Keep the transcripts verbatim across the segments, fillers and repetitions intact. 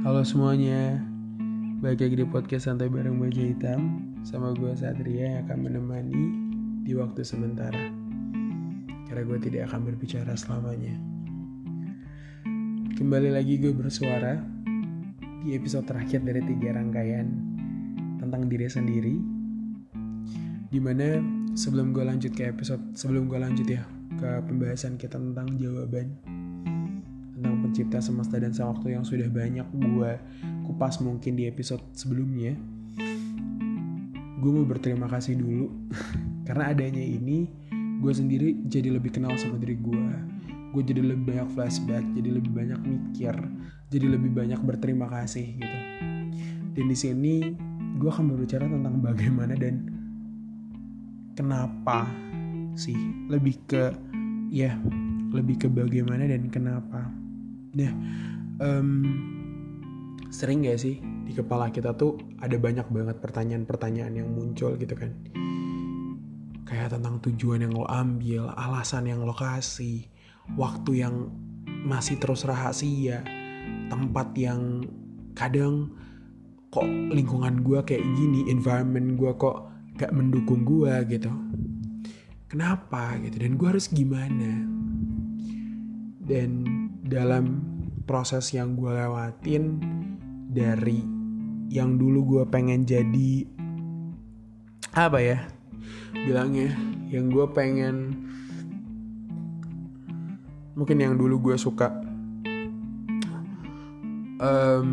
Halo semuanya, balik lagi di podcast Santai Bareng Baja Hitam. Sama gue Satria yang akan menemani di waktu sementara, karena gue tidak akan berbicara selamanya. Kembali lagi gue bersuara di episode terakhir dari tiga rangkaian tentang diri sendiri, dimana sebelum gue lanjut ke episode Sebelum gue lanjut ya ke pembahasan kita tentang jawaban, tentang pencipta semesta dan sang waktu yang sudah banyak gue kupas mungkin di episode sebelumnya, gue mau berterima kasih dulu karena adanya ini gue sendiri jadi lebih kenal sama diri gue. Gue jadi lebih banyak flashback, jadi lebih banyak mikir, jadi lebih banyak berterima kasih gitu. Dan di sini gue akan berbicara tentang bagaimana dan kenapa sih, lebih ke ya lebih ke bagaimana dan kenapa. Nah, um, sering gak sih di kepala kita tuh ada banyak banget pertanyaan-pertanyaan yang muncul gitu kan. Kayak tentang tujuan yang lo ambil, alasan yang lo kasih, waktu yang masih terus rahasia, tempat yang kadang kok lingkungan gue kayak gini, environment gue kok gak mendukung gue gitu. Kenapa gitu, dan gue harus gimana. Dan dalam proses yang gue lewatin, dari yang dulu gue pengen jadi apa ya bilangnya, yang gue pengen mungkin yang dulu gue suka um,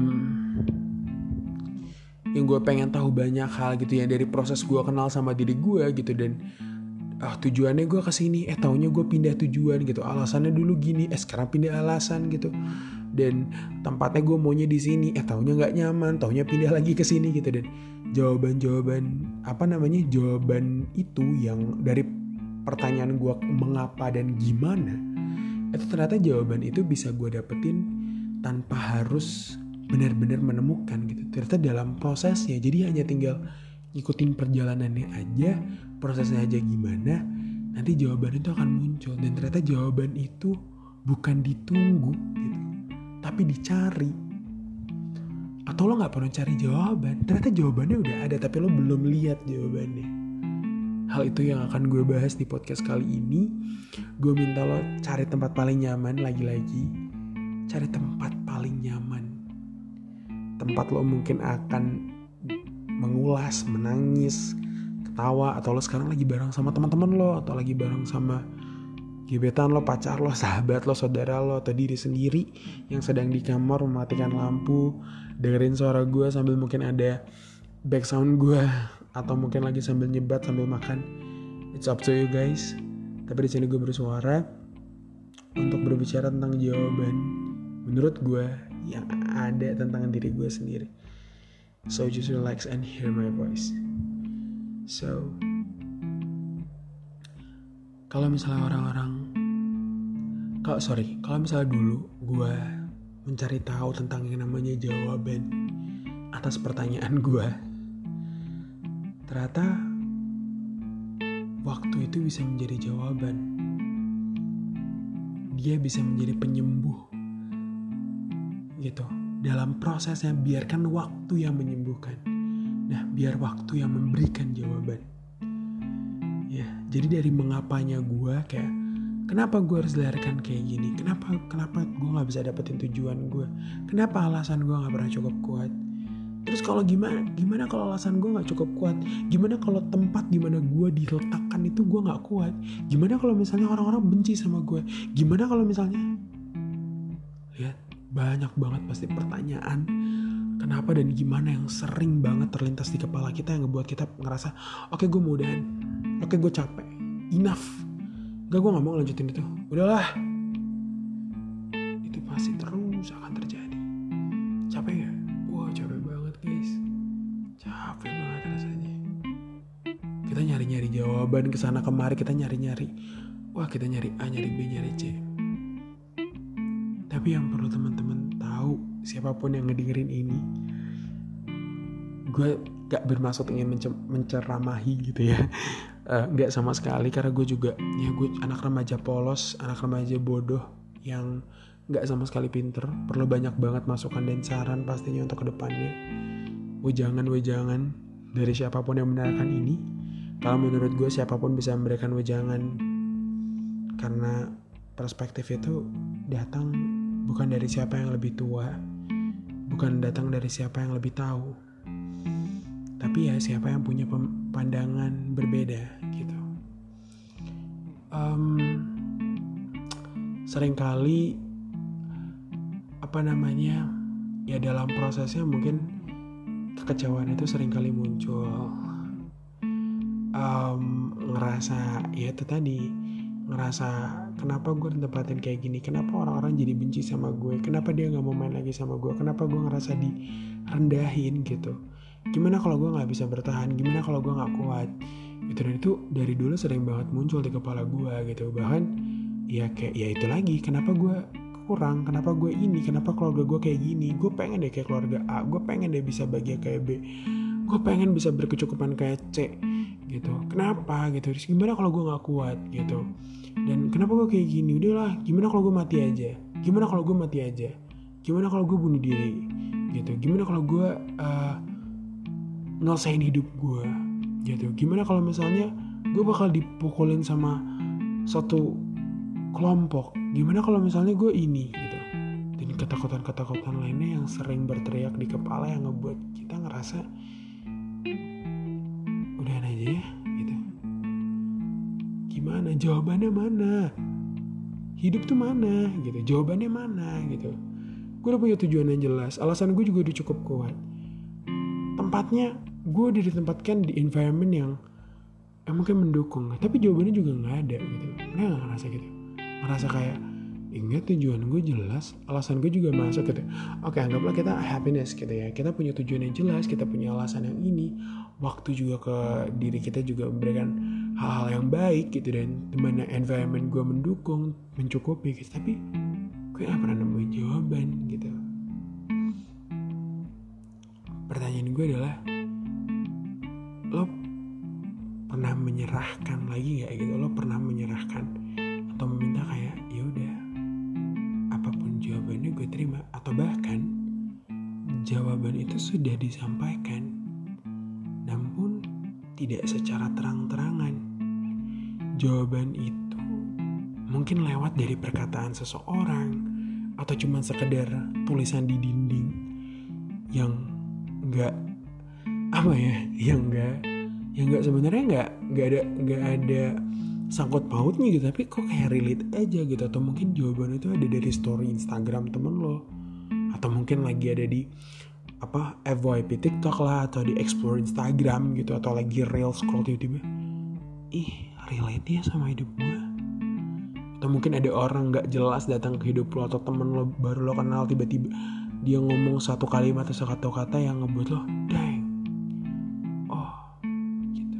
yang gue pengen tahu banyak hal gitu ya, dari proses gue kenal sama diri gue gitu. Dan ah, tujuannya gue kesini, eh taunya gue pindah tujuan gitu. Alasannya dulu gini, eh sekarang pindah alasan gitu. Dan tempatnya gue maunya di sini, eh taunya nggak nyaman, taunya pindah lagi ke sini gitu. Dan jawaban-jawaban apa namanya jawaban itu yang dari pertanyaan gue mengapa dan gimana, itu ternyata jawaban itu bisa gue dapetin tanpa harus benar-benar menemukan gitu. Ternyata dalam prosesnya, jadi hanya tinggal ngikutin perjalanannya aja, prosesnya aja gimana, nanti jawaban itu akan muncul. Dan ternyata jawaban itu bukan ditunggu gitu, tapi dicari. Atau lo gak perlu cari jawaban, ternyata jawabannya udah ada, tapi lo belum lihat jawabannya. Hal itu yang akan gue bahas di podcast kali ini. Gue minta lo cari tempat paling nyaman, lagi-lagi cari tempat paling nyaman. Tempat lo mungkin akan mengulas, menangis, ketawa, atau lo sekarang lagi bareng sama teman-teman lo, atau lagi bareng sama gebetan lo, pacar lo, sahabat lo, saudara lo, atau diri sendiri yang sedang di kamar mematikan lampu, dengerin suara gue sambil mungkin ada back sound gue, atau mungkin lagi sambil nyebat sambil makan. It's up to you guys. Tapi di sini gue bersuara untuk berbicara tentang jawaban menurut gue yang ada tentang diri gue sendiri. So just relax and hear my voice. So, kalau misalnya orang-orang, kalau sorry, kalau misalnya dulu gue mencari tahu tentang yang namanya jawaban atas pertanyaan gue, ternyata waktu itu bisa menjadi jawaban. Dia bisa menjadi penyembuh, gitu. Dalam prosesnya biarkan waktu yang menyembuhkan. Nah, biar waktu yang memberikan jawaban. Ya, jadi dari mengapanya gue kayak, kenapa gue harus dilahirkan kayak gini? Kenapa kenapa gue nggak bisa dapetin tujuan gue? Kenapa alasan gue nggak pernah cukup kuat? Terus kalau gimana? Gimana kalau alasan gue nggak cukup kuat? Gimana kalau tempat di mana gue diletakkan itu gue nggak kuat? Gimana kalau misalnya orang-orang benci sama gue? Gimana kalau misalnya, lihat, banyak banget pasti pertanyaan kenapa dan gimana yang sering banget terlintas di kepala kita, yang ngebuat kita ngerasa oke okay, gue mau udahan, oke okay, gue capek, enough, gak, gue gak mau lanjutin itu, udahlah. Itu pasti terus akan terjadi. Capek gak? Wah capek banget guys, capek banget rasanya. Kita nyari-nyari jawaban kesana kemari, kita nyari-nyari, wah kita nyari A, nyari B, nyari C. Tapi yang perlu teman-teman tahu, siapapun yang ngedengerin ini, gue gak bermaksud ingin mence- menceramahi gitu ya, uh, gak sama sekali, karena gue juga, ya gue anak remaja polos, anak remaja bodoh yang gak sama sekali pinter. Perlu banyak banget masukan dan saran pastinya untuk kedepannya. Wejangan, wejangan dari siapapun yang mendengarkan ini. Kalau menurut gue siapapun bisa memberikan wejangan, karena perspektif itu datang bukan dari siapa yang lebih tua, bukan datang dari siapa yang lebih tahu, tapi ya siapa yang punya pandangan berbeda gitu. Um, seringkali apa namanya ya dalam prosesnya mungkin kekecewaan itu seringkali muncul. Um, ngerasa ya itu tadi ngerasa kenapa gue ditempatin kayak gini, kenapa orang-orang jadi benci sama gue, kenapa dia nggak mau main lagi sama gue, kenapa gue ngerasa direndahin gitu, gimana kalau gue nggak bisa bertahan, gimana kalau gue nggak kuat gitu. Dan itu dari dulu sering banget muncul di kepala gue gitu. Bahkan ya kayak ya itu lagi, kenapa gue kurang, kenapa gue ini, kenapa keluarga gue kayak gini, gue pengen deh kayak keluarga A, gue pengen deh bisa bahagia kayak B, gue pengen bisa berkecukupan kayak C gitu. Kenapa gitu, terus gimana kalau gue nggak kuat gitu, dan kenapa gue kayak gini, udahlah gimana kalau gue mati aja, gimana kalau gue mati aja, gimana kalau gue bunuh diri gitu, gimana kalau gue uh, ngelesain hidup gue gitu, gimana kalau misalnya gue bakal dipukulin sama satu kelompok, gimana kalau misalnya gue ini gitu. Dan ketakutan-ketakutan lainnya yang sering berteriak di kepala yang ngebuat kita ngerasa udahan aja ya gitu. Gimana, jawabannya mana, hidup tuh mana gitu, jawabannya mana gitu. Gue udah punya tujuan yang jelas, alasan gue juga udah cukup kuat, tempatnya gue udah ditempatkan di environment yang, yang mungkin mendukung, tapi jawabannya juga nggak ada gitu. Mereka nggak ngerasa gitu, ngerasa kayak ingat tujuan gue jelas, alasan gue juga masuk gitu. Oke, anggaplah kita happiness gitu ya, kita punya tujuan yang jelas, kita punya alasan yang ini, waktu juga ke diri kita juga memberikan hal-hal yang baik gitu, dan dimana environment gue mendukung, mencukupi gitu. Tapi gue gak pernah nemuin jawaban gitu. Pertanyaan gue adalah, lo pernah menyerahkan lagi gak gitu? Lo pernah menyerahkan atau meminta kayak ya udah apapun jawabannya gue terima, atau bahkan jawaban itu sudah disampaikan namun tidak secara terang-terangan. Jawaban itu mungkin lewat dari perkataan seseorang atau cuma sekedar tulisan di dinding yang enggak apa ya, yang enggak yang enggak sebenarnya enggak enggak ada enggak ada sangkut pautnya gitu, tapi kok kayak relate aja gitu. Atau mungkin jawaban itu ada dari story Instagram temen lo, atau mungkin lagi ada di apa F Y P TikTok lah, atau di explore Instagram gitu, atau lagi reel scroll tiba-tiba ih relate ya sama hidup gue. Atau mungkin ada orang gak jelas datang ke hidup lo, atau temen lo baru lo kenal, tiba-tiba dia ngomong satu kalimat atau satu kata yang ngebuat lo dang, oh gitu.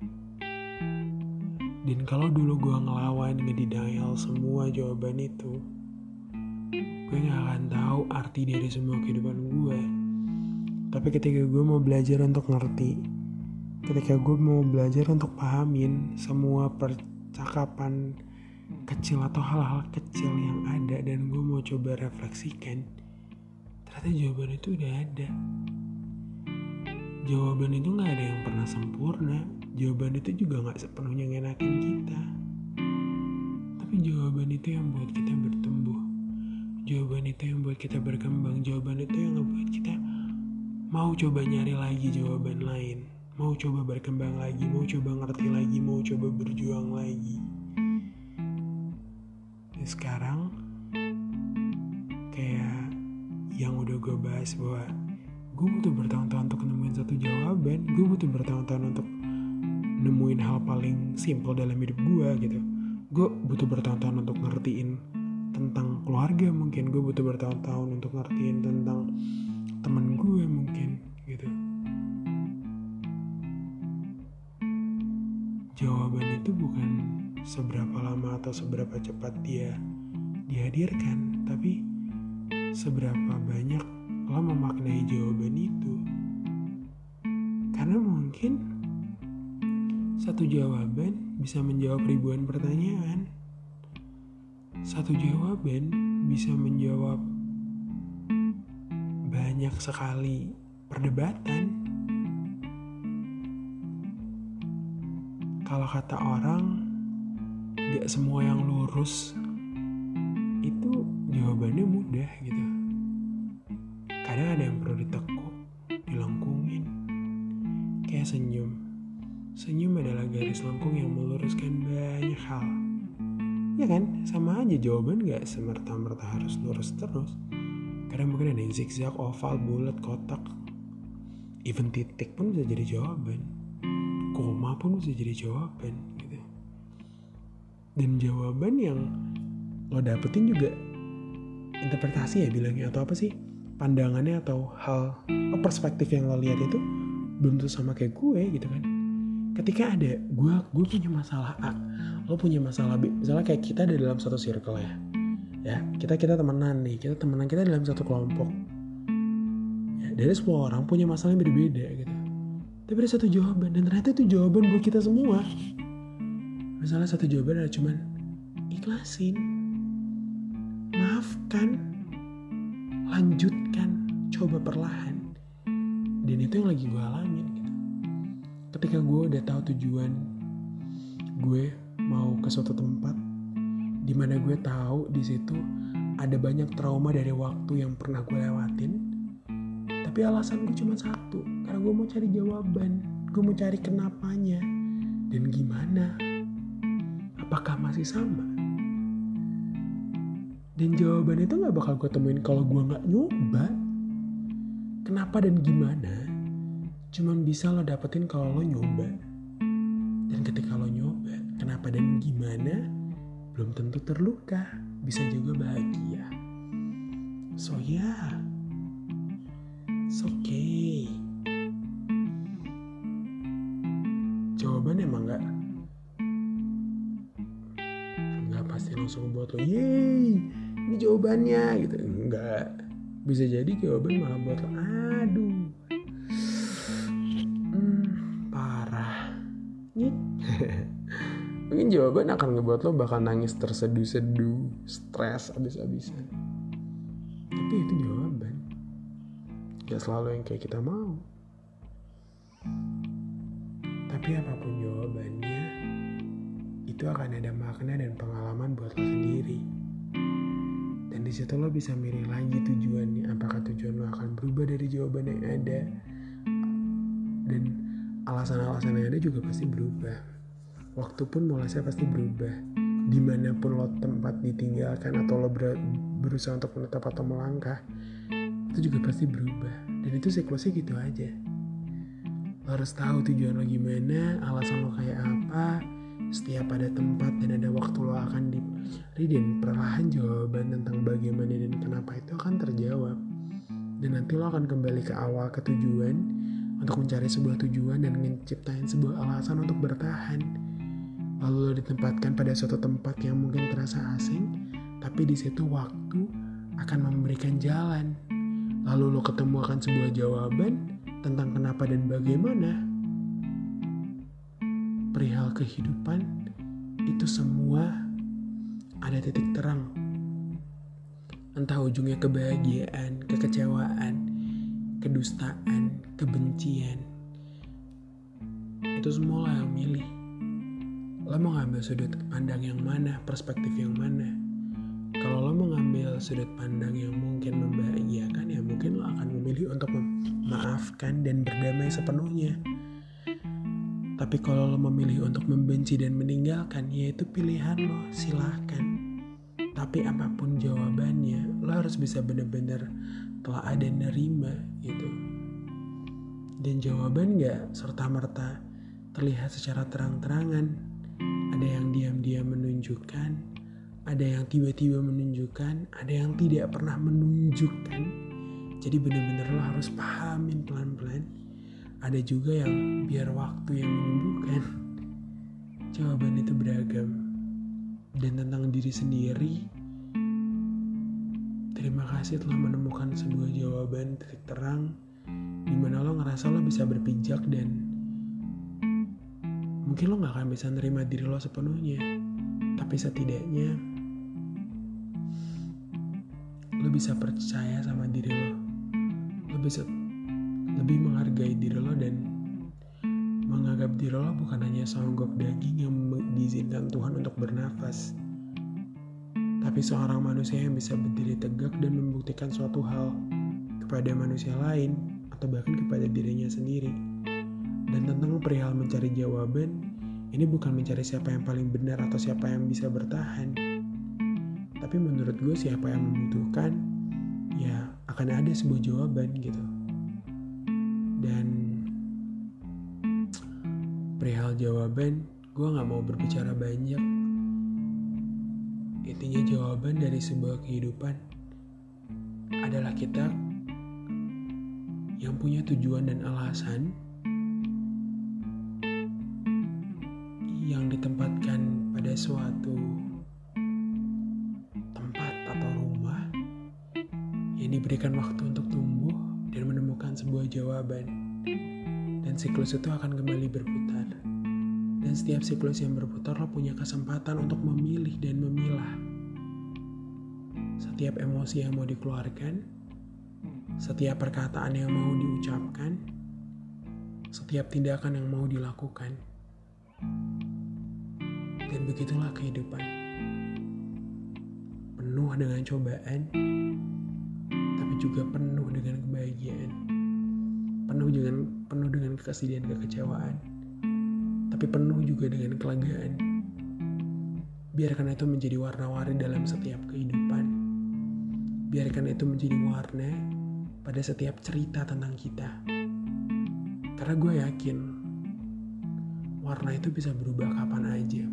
Dan kalau dulu gue ngelawan, ngedenial semua jawaban itu, gue gak akan tahu arti dari semua kehidupan gue. Tapi ketika gue mau belajar untuk ngerti, ketika gue mau belajar untuk pahamin semua percakapan kecil atau hal-hal kecil yang ada, dan gue mau coba refleksikan, ternyata jawaban itu udah ada. Jawaban itu gak ada yang pernah sempurna, jawaban itu juga gak sepenuhnya ngenakin kita, tapi jawaban itu yang buat kita bertumbuh, jawaban itu yang buat kita berkembang, jawaban itu yang ngebuat kita mau coba nyari lagi jawaban lain, mau coba berkembang lagi, mau coba ngerti lagi, mau coba berjuang lagi. Dan sekarang kayak yang udah gue bahas, bahwa gue butuh bertahun-tahun untuk nemuin satu jawaban, gue butuh bertahun-tahun untuk nemuin hal paling simple dalam hidup gue gitu. Gue butuh bertahun-tahun untuk ngertiin tentang keluarga, mungkin gue butuh bertahun-tahun untuk ngertiin tentang temen gue mungkin gitu. Jawaban itu bukan seberapa lama atau seberapa cepat dia dihadirkan, tapi seberapa banyak lo memaknai jawaban itu. Karena mungkin satu jawaban bisa menjawab ribuan pertanyaan. Satu jawaban bisa menjawab banyak sekali perdebatan. Kalau kata orang, gak semua yang lurus itu jawabannya mudah gitu. Kadang ada yang perlu ditekuk, dilengkungin. Kayak senyum. Senyum adalah garis lengkung yang meluruskan banyak hal. Ya kan? Sama aja, jawaban gak semerta-merta harus lurus terus. Kadang mungkin ada yang zigzag, oval, bulat, kotak. Even titik pun bisa jadi jawaban. Koma pun bisa jadi jawaban gitu. Dan jawaban yang lo dapetin juga interpretasi ya bilangnya, atau apa sih, pandangannya atau hal perspektif yang lo lihat itu belum tentu sama kayak gue gitu kan. Ketika ada gue gue punya masalah A, lo punya masalah B, misalnya kayak kita ada dalam satu circle ya ya kita kita temenan nih kita temenan kita dalam satu kelompok ya, dari semua orang punya masalah yang beda-beda gitu, tapi ada satu jawaban, dan ternyata itu jawaban buat kita semua. Misalnya satu jawaban adalah cuman ikhlasin, maafkan, lanjutkan, coba perlahan. Dan itu yang lagi gue alamin gitu. Ketika gue udah tahu tujuan gue mau ke suatu tempat, dimana gue tahu di situ ada banyak trauma dari waktu yang pernah gue lewatin, tapi alasan gue cuma satu, karena gue mau cari jawaban, gue mau cari kenapanya dan gimana, apakah masih sama. Dan jawaban itu gak bakal gue temuin kalau gue gak nyoba. Kenapa dan gimana cuman bisa lo dapetin kalau lo nyoba. Dan ketika lo nyoba, kenapa dan gimana belum tentu terluka, bisa juga bahagia. So yeah, it's okay. Jawaban emang gak gak pasti langsung buat lo yeay ini jawabannya gitu. Enggak, bisa jadi jawaban malah buat lo aduh hmm, parah nih. Mungkin jawaban akan ngebuat lo bakal nangis terseduh-seduh, stres abis-abisan. Tapi itu jawaban, gak selalu yang kayak kita mau. Tapi apapun jawabannya, itu akan ada makna dan pengalaman buat lo sendiri. Dan di situ lo bisa milih lagi tujuannya. Apakah tujuan lo akan berubah dari jawaban yang ada? Dan alasan-alasan yang ada juga pasti berubah. Waktu pun mulasnya pasti berubah. Dimanapun lo tempat ditinggalkan atau lo ber- berusaha untuk menetap atau melangkah, itu juga pasti berubah. Dan itu siklusnya gitu aja. Lo harus tahu tujuan lo gimana, alasan lo kayak apa. Setiap ada tempat dan ada waktu lo akan diberi, dan perlahan jawaban tentang bagaimana dan kenapa itu akan terjawab. Dan nanti lo akan kembali ke awal, ke tujuan, untuk mencari sebuah tujuan dan menciptakan sebuah alasan untuk bertahan. Lalu lo ditempatkan pada suatu tempat yang mungkin terasa asing, tapi di situ waktu akan memberikan jalan. Lalu lo ketemu akan sebuah jawaban tentang kenapa dan bagaimana. Perihal kehidupan, itu semua ada titik terang. Entah ujungnya kebahagiaan, kekecewaan, kedustaan, kebencian. Itu semua lo yang milih. Lo mau ngambil sudut pandang yang mana, perspektif yang mana. Kalau lo mau ngambil sudut pandang yang mungkin membahagiakan, ya mungkin lo akan memilih untuk memaafkan dan berdamai sepenuhnya. Tapi kalau lo memilih untuk membenci dan meninggalkan, ya itu pilihan lo, silahkan. Tapi apapun jawabannya, lo harus bisa benar-benar telah ada nerima gitu. Dan jawaban gak serta-merta terlihat secara terang-terangan. Ada yang diam-diam menunjukkan, ada yang tiba-tiba menunjukkan, ada yang tidak pernah menunjukkan. Jadi benar-benar lo harus pahamin pelan-pelan. Ada juga yang biar waktu yang menyembuhkan. Jawaban itu beragam. Dan tentang diri sendiri, terima kasih telah menemukan sebuah jawaban titik terang di mana lo ngerasa lo bisa berpijak, dan mungkin lo gak akan bisa nerima diri lo sepenuhnya, tapi setidaknya lo bisa percaya sama diri lo. Lo bisa lebih menghargai diri lo dan menganggap diri lo bukan hanya seonggok daging yang diizinkan Tuhan untuk bernafas, tapi seorang manusia yang bisa berdiri tegak dan membuktikan suatu hal kepada manusia lain atau bahkan kepada dirinya sendiri. Dan tentang perihal mencari jawaban, ini bukan mencari siapa yang paling benar atau siapa yang bisa bertahan. Tapi menurut gue siapa yang membutuhkan, ya akan ada sebuah jawaban gitu. Dan perihal jawaban, gue gak mau berbicara banyak. Intinya jawaban dari sebuah kehidupan adalah kita yang punya tujuan dan alasan, yang ditempatkan pada suatu tempat atau rumah yang diberikan waktu untuk tumbuh dan menemukan sebuah jawaban. Dan siklus itu akan kembali berputar. Dan setiap siklus yang berputar lo punya kesempatan untuk memilih dan memilah. Setiap emosi yang mau dikeluarkan, setiap perkataan yang mau diucapkan, setiap tindakan yang mau dilakukan. Dan begitulah kehidupan. Penuh dengan cobaan, tapi juga penuh dengan kebahagiaan. Penuh dengan penuh dengan kesedihan, kekecewaan, tapi penuh juga dengan kelegaan. Biarkan itu menjadi warna-warni dalam setiap kehidupan. Biarkan itu menjadi warna pada setiap cerita tentang kita. Karena gue yakin warna itu bisa berubah kapan aja.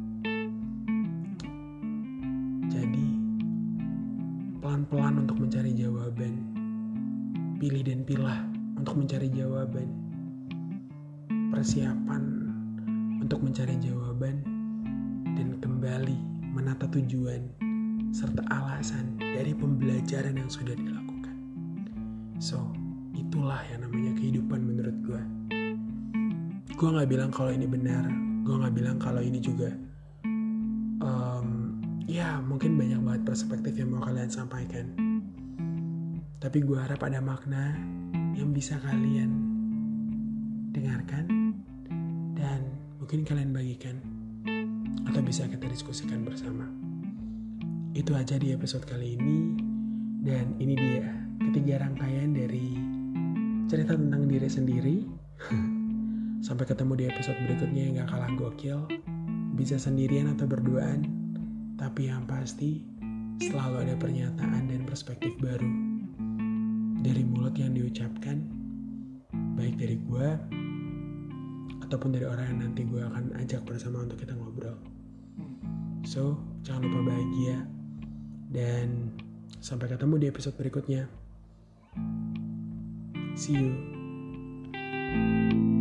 Jadi pelan-pelan untuk mencari jawaban. Pilih dan pilah untuk mencari jawaban. Persiapan untuk mencari jawaban dan kembali menata tujuan serta alasan dari pembelajaran yang sudah dilakukan. So, itulah yang namanya kehidupan menurut gue. Gue gak bilang kalau ini benar, gue gak bilang kalau ini juga um, ya mungkin banyak banget perspektif yang mau kalian sampaikan. Tapi gue harap ada makna yang bisa kalian dengarkan dan mungkin kalian bagikan atau bisa kita diskusikan bersama. Itu aja di episode kali ini, dan ini dia ketiga rangkaian dari cerita tentang diri sendiri. Sampai ketemu di episode berikutnya yang gak kalah gokil. Bisa sendirian atau berduaan, tapi yang pasti selalu ada pernyataan dan perspektif baru dari mulut yang diucapkan, baik dari gue ataupun dari orang yang nanti gue akan ajak bersama untuk kita ngobrol. So, jangan lupa bahagia, dan sampai ketemu di episode berikutnya. See you.